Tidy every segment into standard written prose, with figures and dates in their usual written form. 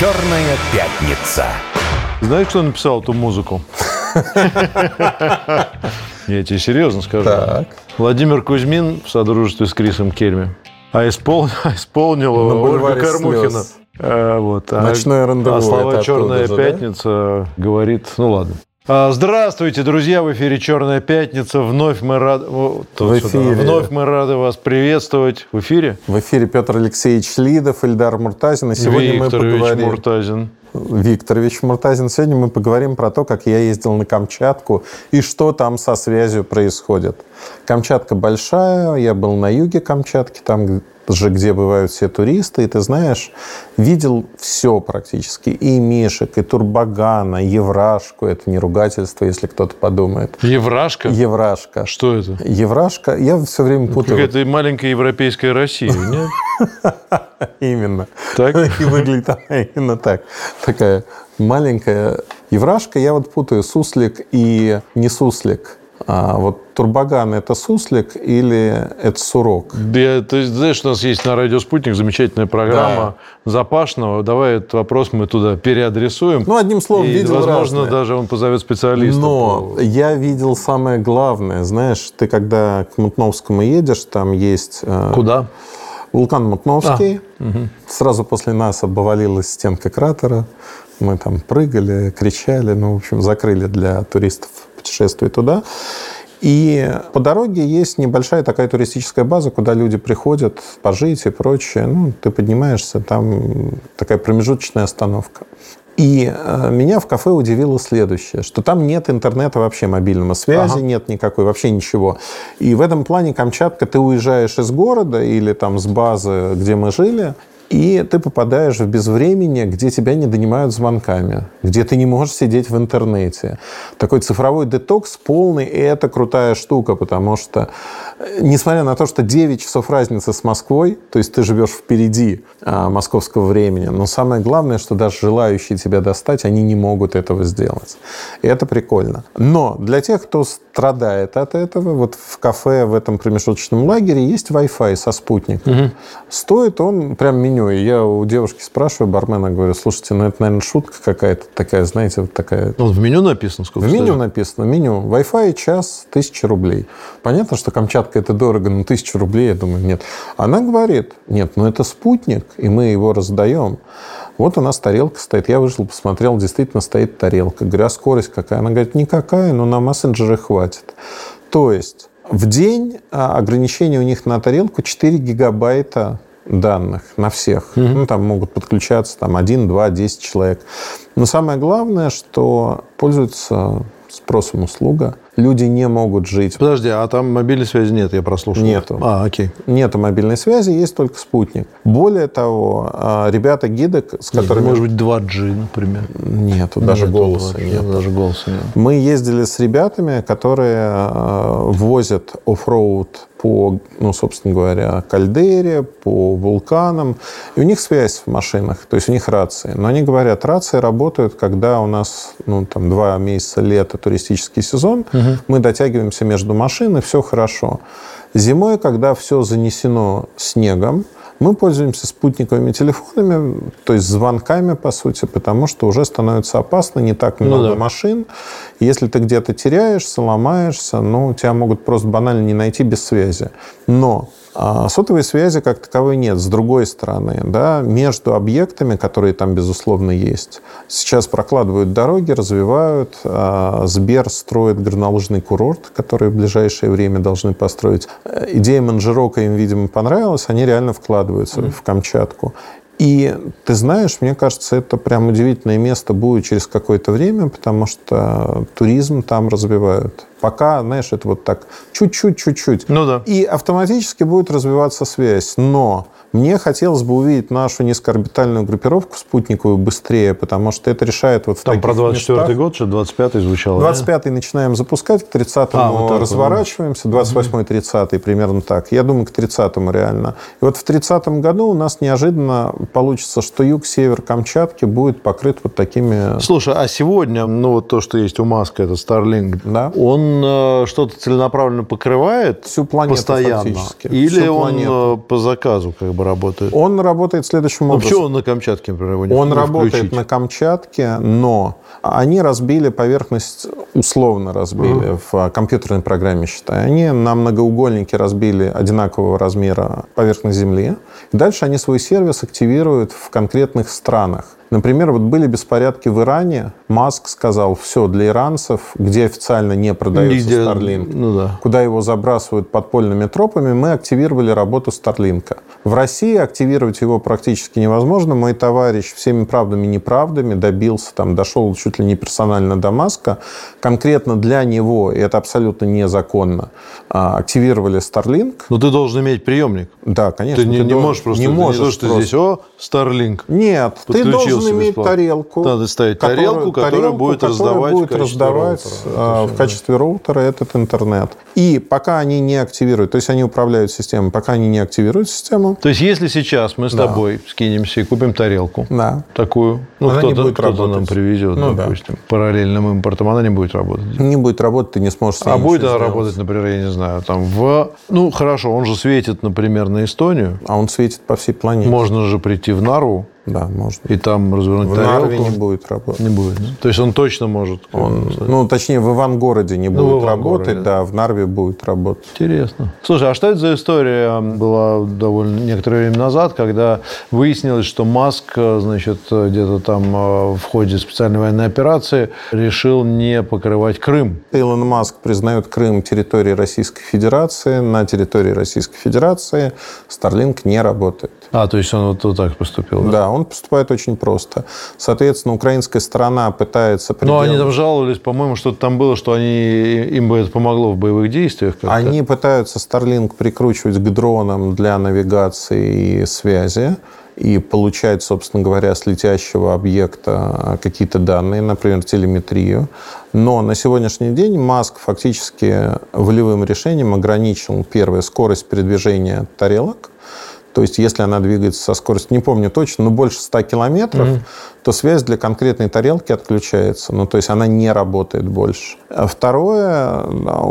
«Черная пятница». Знаешь, кто написал эту музыку? Я тебе серьезно скажу. Так. Владимир Кузьмин в содружестве с Крисом Кельми. А исполнила Ольга Кормухина. Ночное рандеву. А слова «Черная пятница» говорит... Ну ладно. Здравствуйте, друзья! В эфире «Черная пятница». Вновь мы рады вас приветствовать. В эфире? В эфире Петр Алексеевич Лидов, Ильдар Муртазин. И сегодня Викторович Муртазин. Сегодня мы поговорим про то, как я ездил на Камчатку и что там со связью происходит. Камчатка большая, я был на юге Камчатки, там же, где бывают все туристы, и ты знаешь, видел все практически. И мишек, и турбогана, еврашку. Это не ругательство, если кто-то подумает. Еврашка? Еврашка. Что это? Еврашка. Я все время путаю. Какая-то маленькая европейская Россия, нет? Именно. Так? И выглядит она именно так. Такая маленькая еврашка. Я вот путаю суслик и не суслик. А вот турбоган – это суслик или это сурок? Ты знаешь, у нас есть на радио «Спутник» замечательная программа Запашного. Давай этот вопрос мы туда переадресуем. Ну, одним словом, видел возможно, разное. даже он позовет специалиста. Но я видел самое главное. Знаешь, ты когда к Мутновскому едешь, там есть... Куда? Вулкан Мутновский. Сразу после нас обвалилась стенка кратера. Мы там прыгали, кричали. Ну, в общем, закрыли для туристов путешествие туда. И по дороге есть небольшая такая туристическая база, куда люди приходят пожить и прочее. Ну, ты поднимаешься, там такая промежуточная остановка. И меня в кафе удивило следующее, что там нет интернета вообще, мобильного связи, нет никакой, вообще ничего. И в этом плане Камчатка, ты уезжаешь из города или там с базы, где мы жили, и ты попадаешь в безвременье, где тебя не донимают звонками, где ты не можешь сидеть в интернете. Такой цифровой детокс полный, и это крутая штука, потому что, несмотря на то, что 9 часов разницы с Москвой, то есть ты живешь впереди московского времени, но самое главное, что даже желающие тебя достать, они не могут этого сделать. И это прикольно. Но для тех, кто страдает от этого, вот в кафе в этом промежуточном лагере есть Wi-Fi со спутником. Стоит он прям меню. И я у девушки спрашиваю, бармена, говорю, слушайте, ну это, наверное, шутка какая-то такая, знаете, вот такая... Ну, в меню написано сколько? В меню написано, меню. Wi-Fi час 1000 рублей. Понятно, что Камчатка это дорого, но 1000 рублей, я думаю, нет. Она говорит, нет, ну это спутник, и мы его раздаем. Вот у нас тарелка стоит. Я вышел, посмотрел, действительно стоит тарелка. Говорю, а скорость какая? Она говорит, никакая, но на мессенджеры хватит. То есть в день ограничение у них на тарелку 4 гигабайта данных на всех. Ну, там могут подключаться 1, 2, 10 человек. Но самое главное, что пользуется спросом услуга. Люди не могут жить. Подожди, а там мобильной связи нет, я прослушал. Нету. Окей. Нету мобильной связи, есть только спутник. Более того, ребята-гиды, с которыми... Может быть, 2G, например. Нету, даже голоса нет. Даже голоса нет. Мы ездили с ребятами, которые возят оффроуд по, собственно говоря, кальдере, по вулканам. И у них связь в машинах, то есть у них рации. Но они говорят, рации работают, когда у нас 2 месяца лета, туристический сезон, мы дотягиваемся между машин, и все хорошо. Зимой, когда все занесено снегом, мы пользуемся спутниковыми телефонами, то есть звонками, по сути, потому что уже становится опасно, не так много машин. Если ты где-то теряешься, ломаешься, тебя могут просто банально не найти без связи. Но сотовой связи как таковой нет. С другой стороны, между объектами, которые там, безусловно, есть, сейчас прокладывают дороги, развивают. Сбер строит горнолыжный курорт, который в ближайшее время должны построить. Идея Манжирока им, видимо, понравилась. Они реально вкладываются в Камчатку. И ты знаешь, мне кажется, это прям удивительное место будет через какое-то время, потому что туризм там развивают. Пока, знаешь, это вот так чуть-чуть. И автоматически будет развиваться связь. Но мне хотелось бы увидеть нашу низкоорбитальную группировку спутниковую быстрее, потому что это решает вот в там таких про 24-й местах. год, что 25-й звучало. 25-й начинаем запускать, к 30-му разворачиваемся, 28-й, 30-й, примерно так. Я думаю, к 30-му реально. И вот в 30-м году у нас неожиданно получится, что юг-север Камчатки будет покрыт вот такими... Слушай, а сегодня, вот то, что есть у Маска, это Starlink, он что-то целенаправленно покрывает всю планету постоянно? фактически. Или он по заказу как бы бы работает? Он работает следующим образом. Почему он на Камчатке, например, его не Он работает включить? на Камчатке, но они разбили поверхность, условно разбили, в компьютерной программе, считай. Они на многоугольнике разбили одинакового размера поверхность Земли. Дальше они свой сервис активируют в конкретных странах. Например, вот были беспорядки в Иране. Маск сказал, все, для иранцев, где официально не продается Starlink, куда его забрасывают подпольными тропами, мы активировали работу Starlink. В России активировать его практически невозможно. Мой товарищ всеми правдами и неправдами добился, дошел чуть ли не персонально до Маска. Конкретно для него, и это абсолютно незаконно, активировали Starlink. Но ты должен иметь приемник. Да, конечно. Ты не можешь просто... Не можешь то, что здесь, Starlink. Нет, ты должен иметь тарелку. Надо ставить тарелку, которая будет раздавать в качестве роутера этот интернет. И пока они не активируют, то есть они управляют системой, пока они не активируют систему. То есть если сейчас мы с тобой скинемся и купим тарелку, такую, кто-то нам привезет, допустим, параллельным импортом, она не будет работать. Не будет работать, ты не сможешь с ней ничего будет она сделать. работать, например, я не знаю, хорошо, он же светит, например, на Эстонию. А он светит по всей планете. Можно же прийти в Нарву. Да, можно. И там развернуть тарелку. В Нарве не будет работать. Не будет. Да? То есть он точно может. Точнее, в Ивангороде не будет работать, в Нарве будет работать. Интересно. Слушай, а что это за история была довольно некоторое время назад, когда выяснилось, что Маск, где-то там в ходе специальной военной операции решил не покрывать Крым? Илон Маск признает Крым территорией Российской Федерации. На территории Российской Федерации Starlink не работает. То есть он вот так поступил? Да, он поступает очень просто. Соответственно, украинская сторона пытается... Но они там жаловались, по-моему, что-то там было, что им бы это помогло в боевых действиях. Как-то. Они пытаются Starlink прикручивать к дронам для навигации и связи и получать, собственно говоря, с летящего объекта какие-то данные, например, телеметрию. Но на сегодняшний день Маск фактически волевым решением ограничил, первое, скорость передвижения тарелок. То есть, если она двигается со скоростью, не помню точно, но больше 100 километров, то связь для конкретной тарелки отключается. То есть, она не работает больше. Второе,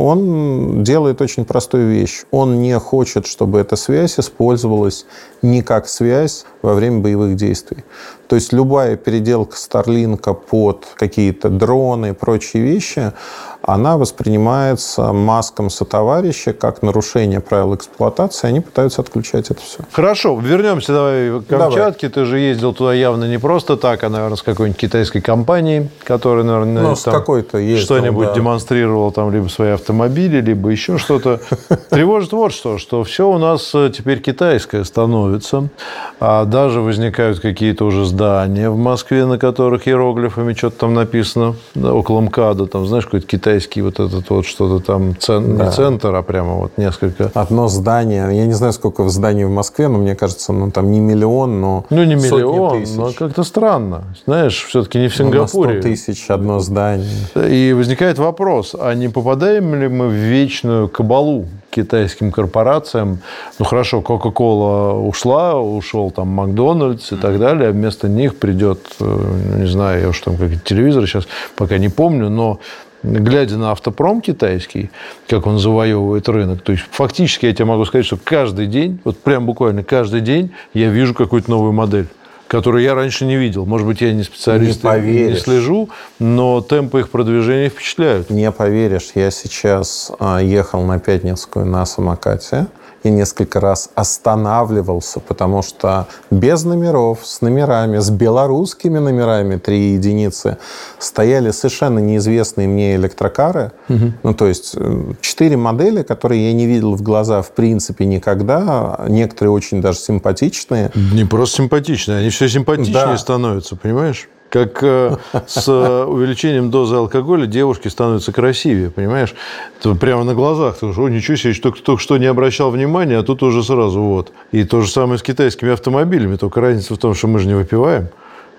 он делает очень простую вещь. Он не хочет, чтобы эта связь использовалась не как связь во время боевых действий. То есть, любая переделка Starlink под какие-то дроны и прочие вещи, она воспринимается Маском сотоварища как нарушение правил эксплуатации. Они пытаются отключать это все. Хорошо, вернемся давай к Камчатке. Ты же ездил туда явно не просто так, а, наверное, с какой-нибудь китайской компанией, которая, наверное, что-нибудь демонстрировала, либо свои автомобили, либо еще что-то. Тревожит вот что все у нас теперь китайское становится. А даже возникают какие-то уже здания в Москве, на которых иероглифами что-то там написано, около МКАДа, знаешь, какой-то китайский вот этот вот что-то там, не центр, а прямо вот несколько. Одно здание, я не знаю, сколько в здании в Москве, но мне кажется, там не миллион, но не миллион, тысяч. Но как-то странно. Знаешь, все-таки не в Сингапуре. На 100 тысяч одно здание. И возникает вопрос, а не попадаем ли мы в вечную кабалу китайским корпорациям? Хорошо, Coca-Cola ушел там Макдональдс и так далее, а вместо них придет, не знаю, я уж там какие-то телевизоры сейчас пока не помню, но глядя на автопром китайский, как он завоевывает рынок, то есть фактически я тебе могу сказать, что каждый день, вот прям буквально каждый день я вижу какую-то новую модель, которую я раньше не видел. Может быть, я не специалист, не слежу, но темпы их продвижения впечатляют. Не поверишь, я сейчас ехал на Пятницкую на самокате и несколько раз останавливался, потому что без номеров, с номерами, с белорусскими номерами 3 единицы стояли совершенно неизвестные мне электрокары. То есть 4 модели, которые я не видел в глаза в принципе никогда. Некоторые очень даже симпатичные. Не просто симпатичные, они все симпатичнее становятся, понимаешь? Как с увеличением дозы алкоголя девушки становятся красивее, понимаешь? Это прямо на глазах. Ты думаешь, ничего себе, только что не обращал внимания, а тут уже сразу вот. И то же самое с китайскими автомобилями. Только разница в том, что мы же не выпиваем.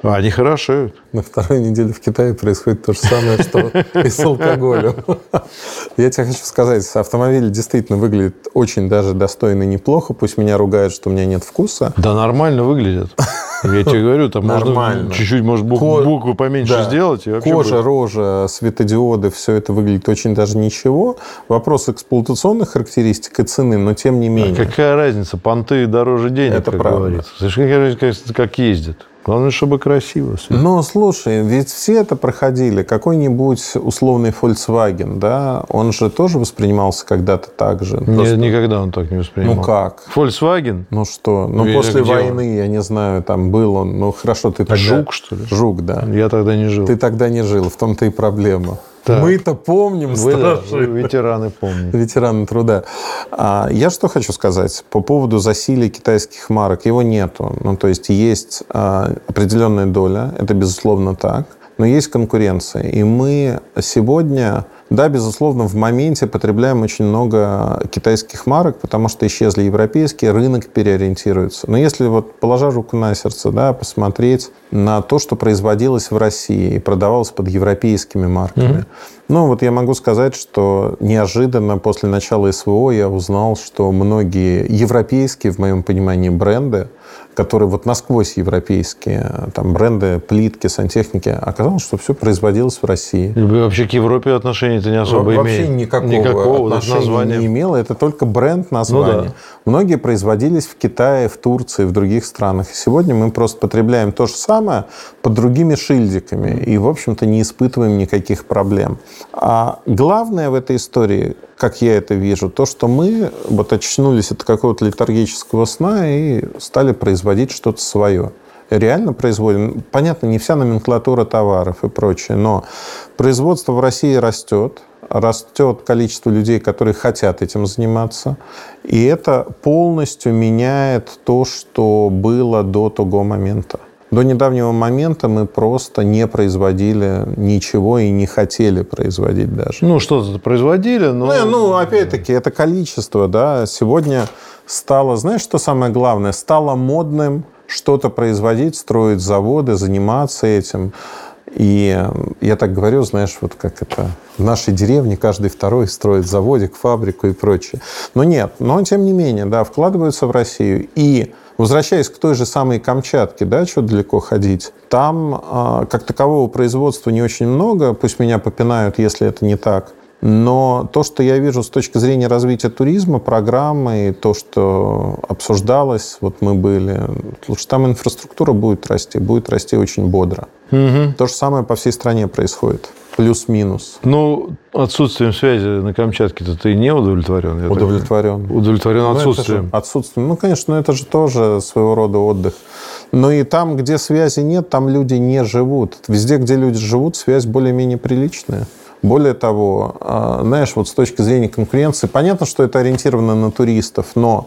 Они хорошеют. На второй неделе в Китае происходит то же самое, что и с алкоголем. Я тебе хочу сказать, автомобиль действительно выглядит очень даже достойно и неплохо. Пусть меня ругают, что у меня нет вкуса. Да нормально выглядят. Я тебе говорю, там можно чуть-чуть, может, буквы поменьше сделать. И кожа, рожа, светодиоды, все это выглядит очень даже ничего. Вопрос эксплуатационных характеристик и цены, но тем не менее. А какая разница? Понты дороже денег, это как правда. Говорится. Слушай, какая разница, как ездят? Главное, чтобы красиво. Но, слушай, ведь все это проходили. Какой-нибудь условный Volkswagen, да, он же тоже воспринимался когда-то так же. Нет, никогда он так не воспринимал. Ну, как? Volkswagen? Ну, что? Ну, после войны, я не знаю, там был он. Ну, хорошо, ты тогда... Жук, что ли? Жук, да. Я тогда не жил. Ты тогда не жил, в том-то и проблема. Так. Мы-то помним, вы ветераны помнят. Ветераны труда. Я что хочу сказать по поводу засилия китайских марок. Его нету. Ну, то есть определенная доля, это безусловно так, но есть конкуренция. И мы сегодня, да, безусловно, в моменте потребляем очень много китайских марок, потому что исчезли европейские, рынок переориентируется. Но если вот, положа руку на сердце, да, посмотреть на то, что производилось в России и продавалось под европейскими марками, ну, вот я могу сказать, что неожиданно после начала СВО я узнал, что многие европейские, в моем понимании, бренды, которые вот насквозь европейские, там бренды, плитки, сантехники, оказалось, что все производилось в России. И вообще к Европе отношения-то не особо имеет. Вообще никакого отношения не имело. Это только бренд названия. Ну, да. Многие производились в Китае, в Турции, в других странах. И сегодня мы просто потребляем то же самое под другими шильдиками. И, в общем-то, не испытываем никаких проблем. А главное в этой истории, как я это вижу, то, что мы вот очнулись от какого-то летаргического сна и стали производить что-то свое. Реально производим. Понятно, не вся номенклатура товаров и прочее, но производство в России растет. Растет количество людей, которые хотят этим заниматься. И это полностью меняет то, что было до того момента. До недавнего момента мы просто не производили ничего и не хотели производить даже. Ну, что-то производили, но... Ну, опять-таки, это количество, да. Сегодня стало, знаешь, что самое главное? Стало модным что-то производить, строить заводы, заниматься этим. И я так говорю, знаешь, вот как это... В нашей деревне каждый второй строит заводик, фабрику и прочее. Но нет, но тем не менее, да, вкладываются в Россию. И возвращаясь к той же самой Камчатке, да, что далеко ходить, там как такового производства не очень много, пусть меня попинают, если это не так. Но то, что я вижу с точки зрения развития туризма, программы, то, что обсуждалось, вот мы были, лучше там инфраструктура будет расти очень бодро. Угу. То же самое по всей стране происходит. Плюс-минус. Ну, отсутствием связи на Камчатке-то ты не удовлетворен? Удовлетворен. Удовлетворен отсутствием? Отсутствием. Ну, конечно, это же тоже своего рода отдых. Но и там, где связи нет, там люди не живут. Везде, где люди живут, связь более-менее приличная. Более того, знаешь, вот с точки зрения конкуренции, понятно, что это ориентировано на туристов, но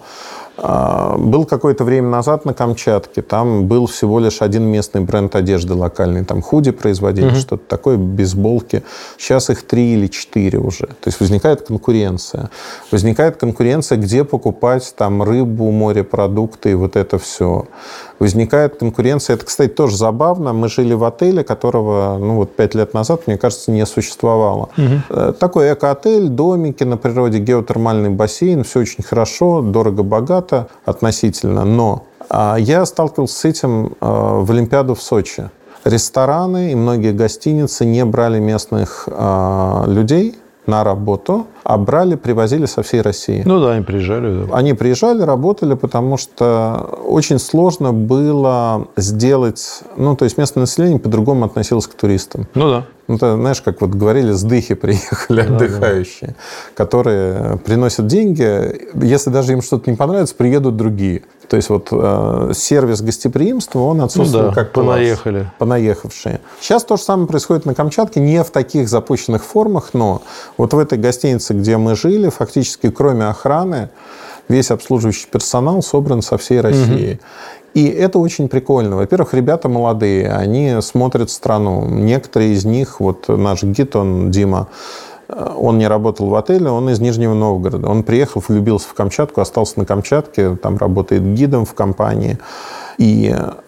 был какое-то время назад на Камчатке, там был всего лишь один местный бренд одежды локальный, там худи производили, что-то такое, бейсболки. Сейчас их 3 или 4 уже. То есть возникает конкуренция. Возникает конкуренция, где покупать там рыбу, морепродукты и вот это все. Возникает конкуренция. Это, кстати, тоже забавно. Мы жили в отеле, которого, ну, вот 5 лет назад, мне кажется, не существовало. Такой эко-отель, домики на природе, геотермальный бассейн. Все очень хорошо, дорого-богато относительно. Но я сталкивался с этим в Олимпиаду в Сочи. Рестораны и многие гостиницы не брали местных людей на работу, а привозили со всей России. Ну да, они приезжали. Да. Они приезжали, работали, потому что очень сложно было сделать... Ну, то есть местное население по-другому относилось к туристам. Ну да. Ну, ты знаешь, как вот говорили, с дыхи приехали отдыхающие, которые приносят деньги. Если даже им что-то не понравится, приедут другие. То есть вот сервис гостеприимства, он отсутствовал как понаехали. Понаехавшие. Сейчас то же самое происходит на Камчатке, не в таких запущенных формах, но вот в этой гостинице, где мы жили, фактически кроме охраны, весь обслуживающий персонал собран со всей России. И это очень прикольно. Во-первых, ребята молодые, они смотрят страну. Некоторые из них, вот наш гид, он Дима, он не работал в отеле, он из Нижнего Новгорода. Он приехал, влюбился в Камчатку, остался на Камчатке, там работает гидом в компании. И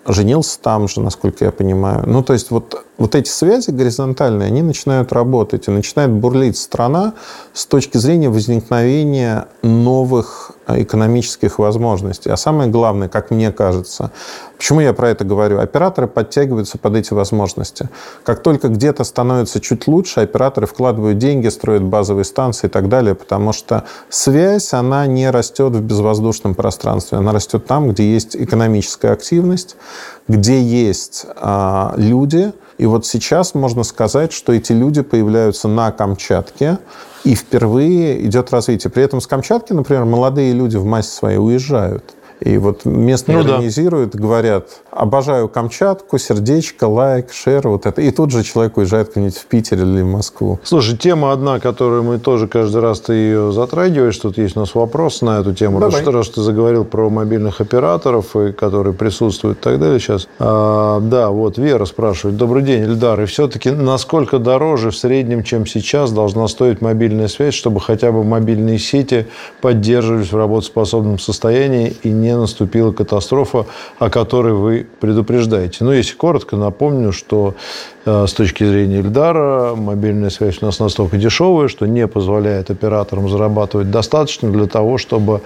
женился там же, насколько я понимаю. Ну, то есть вот эти связи горизонтальные, они начинают работать, и начинает бурлить страна с точки зрения возникновения новых экономических возможностей. А самое главное, как мне кажется, почему я про это говорю, операторы подтягиваются под эти возможности. Как только где-то становится чуть лучше, операторы вкладывают деньги, строят базовые станции и так далее, потому что связь, она не растет в безвоздушном пространстве, она растет там, где есть экономическая активность, где есть люди. И вот сейчас можно сказать, что эти люди появляются на Камчатке, и впервые идет развитие. При этом с Камчатки, например, молодые люди в массе своей уезжают. И вот местные организируют, говорят, обожаю Камчатку, сердечко, лайк, шер, вот это. И тут же человек уезжает куда-нибудь в Питер или в Москву. Слушай, тема одна, которую мы тоже каждый раз ты ее затрагиваешь. Тут есть у нас вопрос на эту тему. Раз ты заговорил про мобильных операторов, которые присутствуют и так далее сейчас. Да, вот Вера спрашивает. Добрый день, Ильдар. И все-таки насколько дороже в среднем, чем сейчас, должна стоить мобильная связь, чтобы хотя бы мобильные сети поддерживались в работоспособном состоянии и не наступила катастрофа, о которой вы предупреждаете? Ну, если коротко, напомню, что с точки зрения Ильдара мобильная связь у нас настолько дешевая, что не позволяет операторам зарабатывать достаточно для того, чтобы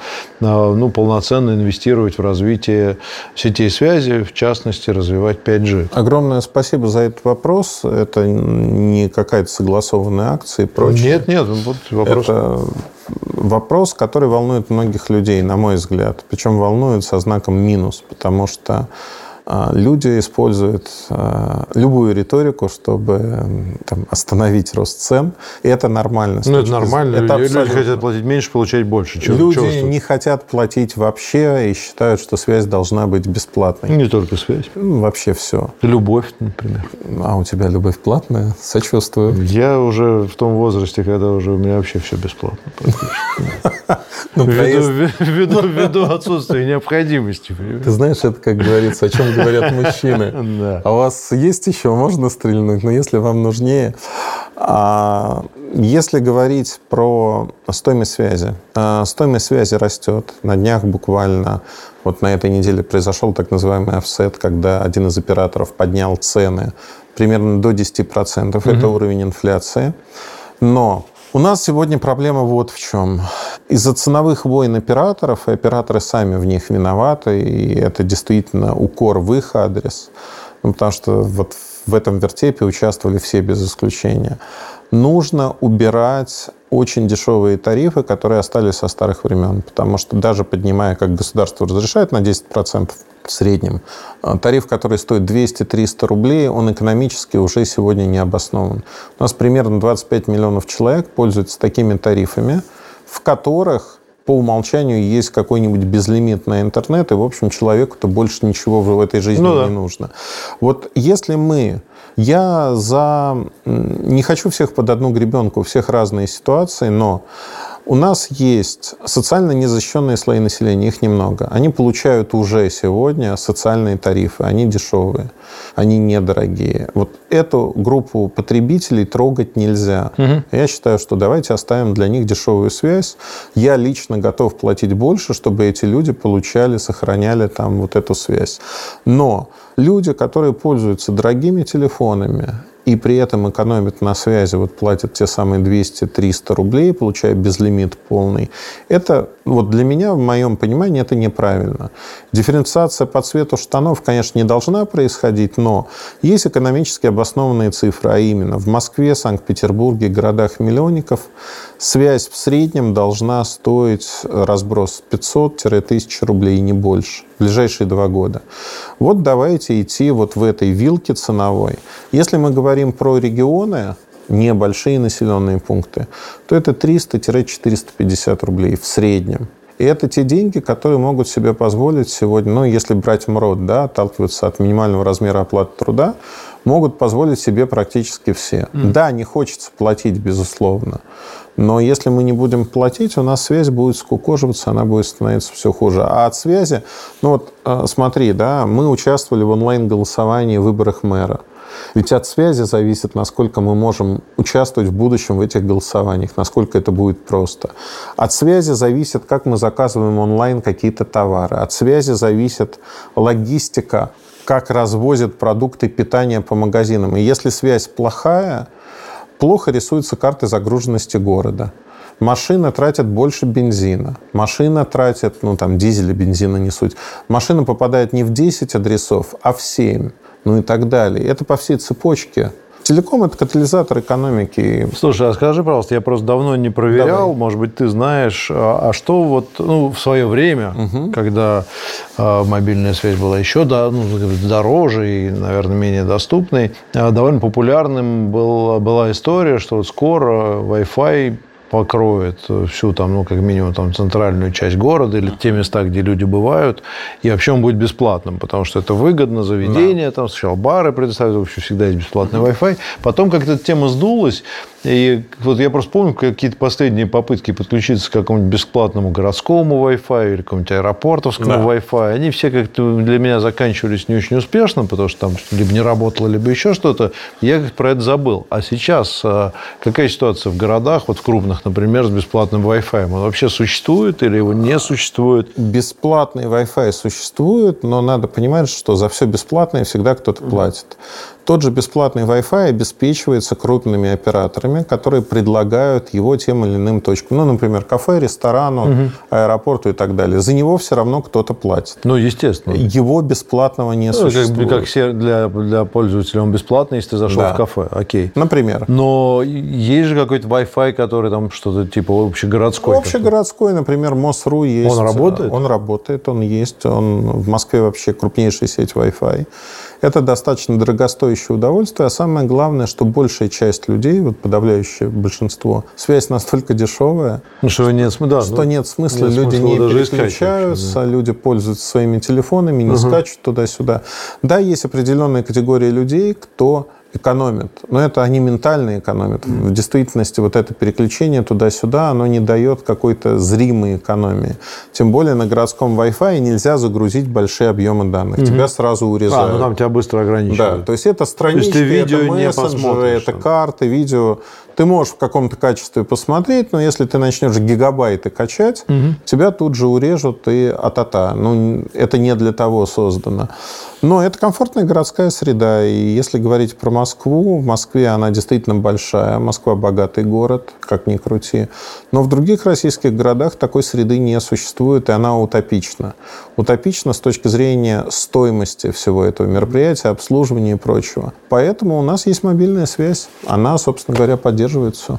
полноценно инвестировать в развитие сетей связи, в частности, развивать 5G. Огромное спасибо за этот вопрос. Это не какая-то согласованная акция и прочее. Нет, вот вопрос. Это вопрос, который волнует многих людей, на мой взгляд. Причем волнует со знаком минус, потому что люди используют любую риторику, чтобы остановить рост цен. И это нормально. Ну, это нормально. Люди хотят платить меньше, получать больше. Люди не хотят платить вообще и считают, что связь должна быть бесплатной. Не только связь. Вообще все. Любовь, например. А у тебя любовь платная? Сочувствую. Я уже в том возрасте, когда уже у меня вообще все бесплатно. Ввиду отсутствия необходимости. Ты знаешь, это, как говорится, о чем говорят мужчины. Да. А у вас есть еще? Можно стрельнуть? Но если вам нужнее. Если говорить про стоимость связи растет. На днях буквально, вот на этой неделе произошел так называемый офсет, когда один из операторов поднял цены примерно до 10%. Это уровень инфляции. Но у нас сегодня проблема вот в чем. Из-за ценовых войн операторов, и операторы сами в них виноваты, и это действительно укор в их адрес, потому что вот в этом вертепе участвовали все без исключения, нужно убирать очень дешевые тарифы, которые остались со старых времен. Потому что даже поднимая, как государство разрешает, на 10% в среднем, тариф, который стоит 200-300 рублей, он экономически уже сегодня не обоснован. У нас примерно 25 миллионов человек пользуются такими тарифами, в которых по умолчанию есть какой-нибудь безлимит на интернет, и, в общем, человеку-то больше ничего в этой жизни не нужно. Вот если Я не хочу всех под одну гребенку, у всех разные ситуации, но у нас есть социально незащищенные слои населения, их немного. Они получают уже сегодня социальные тарифы, они дешевые, они недорогие. Вот эту группу потребителей трогать нельзя. Я считаю, что давайте оставим для них дешевую связь. Я лично готов платить больше, чтобы эти люди получали, сохраняли там вот эту связь. Но люди, которые пользуются дорогими телефонами, и при этом экономят на связи, вот платят те самые 200-300 рублей, получая безлимит полный. Это вот для меня, в моем понимании, это неправильно. Дифференциация по цвету штанов, конечно, не должна происходить, но есть экономически обоснованные цифры, а именно в Москве, Санкт-Петербурге, городах-миллионников связь в среднем должна стоить разброс 500-1000 рублей, не больше, в ближайшие 2 года. Вот давайте идти вот в этой вилке ценовой. Если мы говорим про регионы, небольшие населенные пункты, то это 300-450 рублей в среднем. И это те деньги, которые могут себе позволить сегодня, если брать МРОТ, отталкиваться от минимального размера оплаты труда, могут позволить себе практически все. Да, не хочется платить, безусловно. Но если мы не будем платить, у нас связь будет скукоживаться, она будет становиться все хуже. А от связи, смотри, мы участвовали в онлайн-голосовании в выборах мэра. Ведь от связи зависит, насколько мы можем участвовать в будущем в этих голосованиях, насколько это будет просто. От связи зависит, как мы заказываем онлайн какие-то товары. От связи зависит логистика как развозят продукты питания по магазинам. И если связь плохая, плохо рисуются карты загруженности города. Машина тратит больше бензина. Машина тратит, дизель и бензина не суть. Машина попадает не в 10 адресов, а в 7. И так далее. Это по всей цепочке. Телеком – это катализатор экономики. Слушай, а скажи, пожалуйста, я просто давно не проверял, Давай. Может быть, ты знаешь, а что в свое время, когда мобильная связь была еще дороже и, наверное, менее доступной, довольно популярным была история, что скоро Wi-Fi покроет всю как минимум центральную часть города или те места, где люди бывают, и вообще он будет бесплатным, потому что это выгодно, заведение, сначала бары предоставят, вообще всегда есть бесплатный Wi-Fi. Потом как-то эта тема сдулась, и я просто помню какие-то последние попытки подключиться к какому-нибудь бесплатному городскому Wi-Fi или какому-нибудь аэропортовскому Wi-Fi, они все как-то для меня заканчивались не очень успешно, потому что там либо не работало, либо еще что-то. Я как-то про это забыл. А сейчас какая ситуация в городах, в крупных, например, с бесплатным Wi-Fi? Он вообще существует или его не существует? Бесплатный Wi-Fi существует, но надо понимать, что за все бесплатное всегда кто-то платит. Тот же бесплатный Wi-Fi обеспечивается крупными операторами, которые предлагают его тем или иным точкам. Например, кафе, ресторану, аэропорту и так далее. За него все равно кто-то платит. Естественно. Его бесплатного не существует. Как для пользователя он бесплатный, если ты зашел в кафе. Окей. Например. Но есть же какой-то Wi-Fi, который что-то типа общегородской. Общегородской, например, МОСРУ есть. Он работает? Он работает, он есть. В Москве вообще крупнейшая сеть Wi-Fi. Это достаточно дорогостоящее удовольствие, а самое главное, что большая часть людей, подавляющее большинство, связь настолько дешевая, что нет смысла, люди не переключаются, люди пользуются своими телефонами, не скачут туда-сюда. Да, есть определенная категория людей, кто экономит. Но это они ментально экономят. В действительности это переключение туда-сюда, оно не дает какой-то зримой экономии. Тем более на городском Wi-Fi нельзя загрузить большие объемы данных. Тебя сразу урезают. Там тебя быстро ограничивают. Да, то есть это странички, это мессенджеры, это карты, видео. Ты можешь в каком-то качестве посмотреть, но если ты начнешь гигабайты качать, тебя тут же урежут и а-та-та. Это не для того создано. Но это комфортная городская среда. И если говорить про Москву, в Москве она действительно большая. Москва богатый город, как ни крути. Но в других российских городах такой среды не существует, и она утопична. Утопична с точки зрения стоимости всего этого мероприятия, обслуживания и прочего. Поэтому у нас есть мобильная связь. Она, собственно говоря, поддерживает все.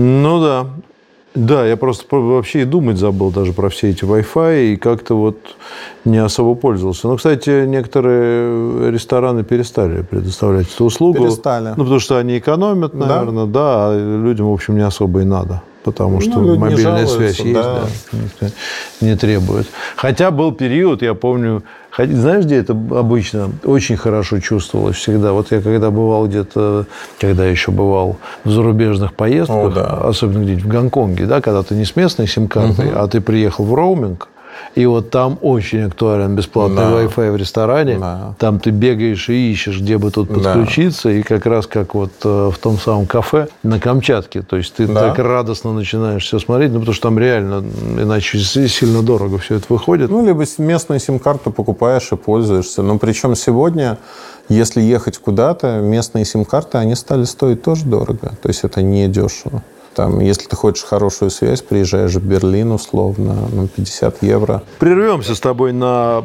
Да. Да, я просто вообще и думать забыл даже про все эти Wi-Fi и как-то не особо пользовался. Но, кстати, некоторые рестораны перестали предоставлять эту услугу. Перестали. Потому что они экономят, наверное, а людям, в общем, не особо и надо. Потому что мобильная связь есть, никто не требует. Хотя был период, я помню, знаешь, где это обычно очень хорошо чувствовалось всегда? Я когда бывал где-то, когда еще бывал в зарубежных поездках, особенно где-нибудь в Гонконге, когда ты не с местной сим-картой, а ты приехал в роуминг, и там очень актуален бесплатный Wi-Fi в ресторане. Там ты бегаешь и ищешь, где бы тут подключиться. И как раз как в том самом кафе на Камчатке. То есть ты так радостно начинаешь все смотреть, потому что там реально, иначе сильно дорого все это выходит. Либо местную сим-карту покупаешь и пользуешься. Но причем сегодня, если ехать куда-то, местные сим-карты, они стали стоить тоже дорого. То есть это не дешево. Если ты хочешь хорошую связь, приезжаешь в Берлин условно, 50 евро. Прервемся с тобой на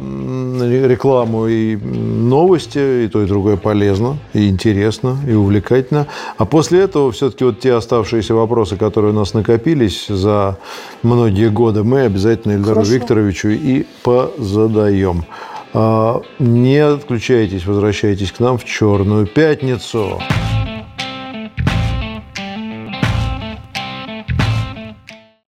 рекламу и новости. И то, и другое полезно, и интересно, и увлекательно. А после этого все-таки те оставшиеся вопросы, которые у нас накопились за многие годы, мы обязательно Ильдару Викторовичу и позадаем. Не отключайтесь, возвращайтесь к нам в «Черную пятницу».